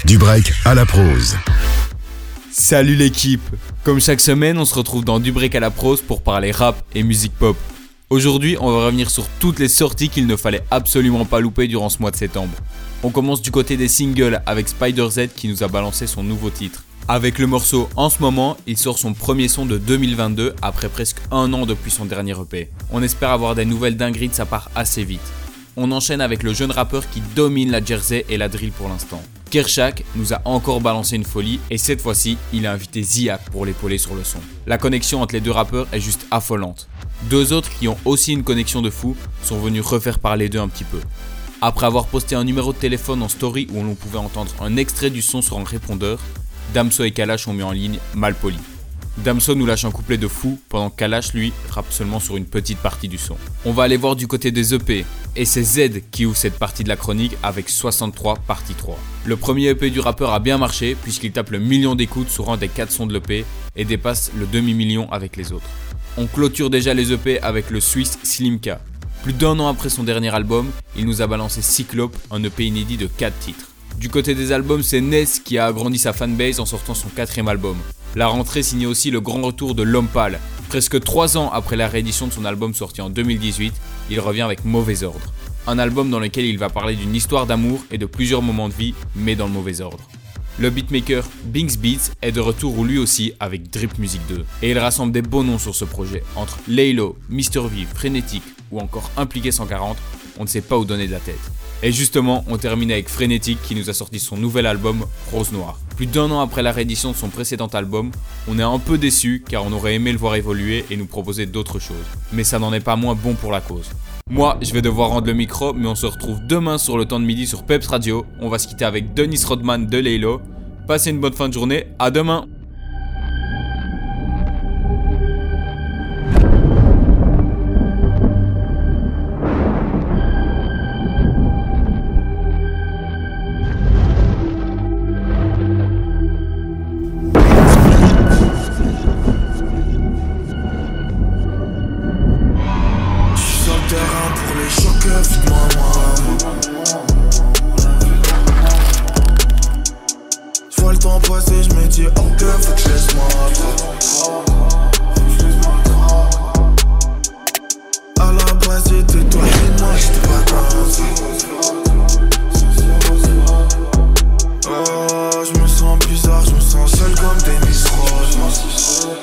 Du break à la prose. Salut l'équipe! Comme chaque semaine, on se retrouve dans Du break à la prose pour parler rap et musique pop. Aujourd'hui, on va revenir sur toutes les sorties qu'il ne fallait absolument pas louper durant ce mois de septembre. On commence du côté des singles avec Spider Z qui nous a balancé son nouveau titre. Avec le morceau En ce moment, il sort son premier son de 2022 après presque un an depuis son dernier EP. On espère avoir des nouvelles dingueries de sa part assez vite. On enchaîne avec le jeune rappeur qui domine la Jersey et la drill pour l'instant. Kershak nous a encore balancé une folie et cette fois-ci, il a invité Ziak pour l'épauler sur le son. La connexion entre les deux rappeurs est juste affolante. Deux autres qui ont aussi une connexion de fou sont venus refaire parler d'eux un petit peu. Après avoir posté un numéro de téléphone en story où l'on pouvait entendre un extrait du son sur un répondeur, Damso et Kalash ont mis en ligne Malpoli. Damso nous lâche un couplet de fou pendant que Kalash lui rappe seulement sur une petite partie du son. On va aller voir du côté des EP et c'est Z qui ouvre cette partie de la chronique avec 63 partie 3. Le premier EP du rappeur a bien marché puisqu'il tape le million d'écoutes sur un des 4 sons de l'EP et dépasse le demi-million avec les autres. On clôture déjà les EP avec le Suisse Slimka. Plus d'un an après son dernier album, il nous a balancé Cyclope, un EP inédit de 4 titres. Du côté des albums, c'est Ness qui a agrandi sa fanbase en sortant son 4ème album. La rentrée signait aussi le grand retour de L'Homme Pâle. Presque 3 ans après la réédition de son album sorti en 2018, il revient avec Mauvais Ordre. Un album dans lequel il va parler d'une histoire d'amour et de plusieurs moments de vie, mais dans le mauvais ordre. Le beatmaker Binks Beats est de retour lui aussi avec Drip Music 2. Et il rassemble des beaux noms sur ce projet. Entre Laylo, Mr V, Frénétique ou encore Impliqué 140, on ne sait pas où donner de la tête. Et justement, on termine avec Frénétique qui nous a sorti son nouvel album Rose Noire. Plus d'un an après la réédition de son précédent album, on est un peu déçu car on aurait aimé le voir évoluer et nous proposer d'autres choses. Mais ça n'en est pas moins bon pour la cause. Moi, je vais devoir rendre le micro, mais on se retrouve demain sur le temps de midi sur Peps Radio. On va se quitter avec Dennis Rodman de Laylo. Passez une bonne fin de journée, à demain! Pour les chocs, je vois le temps passer, je me dis ok, faut que je laisse moi. À la base j'étais toi et moi, j'étais pas comme ça. Oh, je me sens bizarre, je me sens seul comme Dennis Rodman.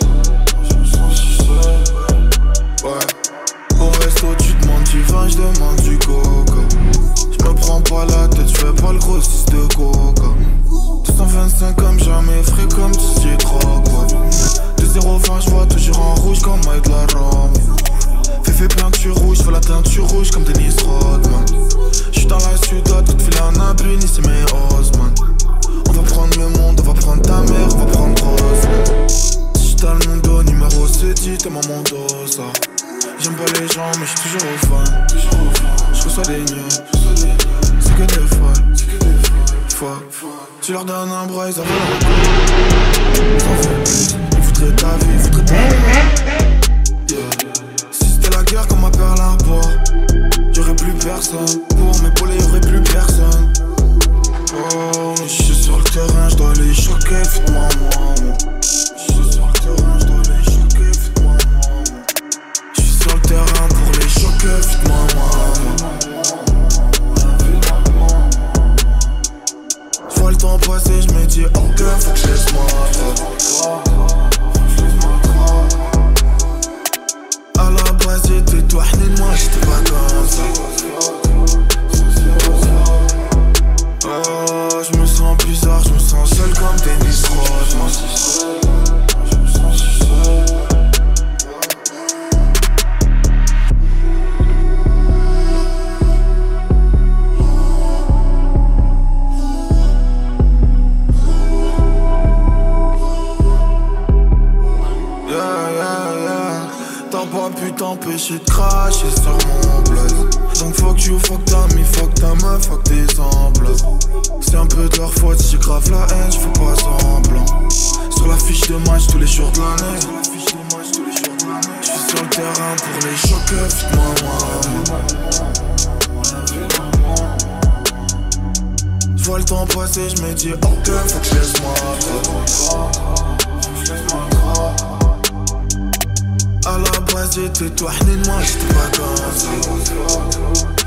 Ouais. Au resto tu demandes du vin, je demande du coca. Je me prends pas la tête, je fais pas le grossiste de coca. 225 comme jamais, frais comme si j'y drogue. De 0-20 je vois toujours en rouge comme Mike la Rome. Fais peinture rouge, fais la teinture rouge comme Dennis Rodman. J'suis dans la ciudad, tout file un abri, ici mes Osman. On va prendre le monde, on va prendre ta mère, on va prendre Rose. Si j't'as le monde numéro 7, t'es mon ça. J'aime pas les gens, mais j'suis toujours au fan. J'reçois des news, c'est que des fois. Tu leur donnes un bras, ils en veulent encore. Ils en veulent plus, ils voudraient ta vie, ils voudraient ta vie. Si c'était la guerre comme ma Pearl Harbor, y'aurait plus personne. Pour m'épauler, y'aurait plus personne. Oh, mais j'suis sur le terrain, j'dois les choquer, fais-moi moi. J'suis sur le terrain, j'dois les choquer, fais-moi moi. J'suis sur le terrain pour les choquer, fais-moi moi. Je vois le temps passer, je me dis ok, faut que je laisse moi. À la base j'étais toi et moi, j'étais pas comme ça. Oh, je me sens bizarre, je me sens seul comme Dennis Rodman. T'as pas pu t'empêcher de cracher sur mon blood. Donc fuck you, fuck ta mi, fuck ta meuf, fuck tes enveloppes. C'est un peu de leur faute si grave la haine, j'fais pas semblant. Sur la fiche de match tous les jours de l'année. J'suis sur le terrain pour les chocs, fais-moi moi. vois le temps passer, je me dis ok, faut que je laisse moi. À la base j'étais toi, moi j'étais pas comme ça.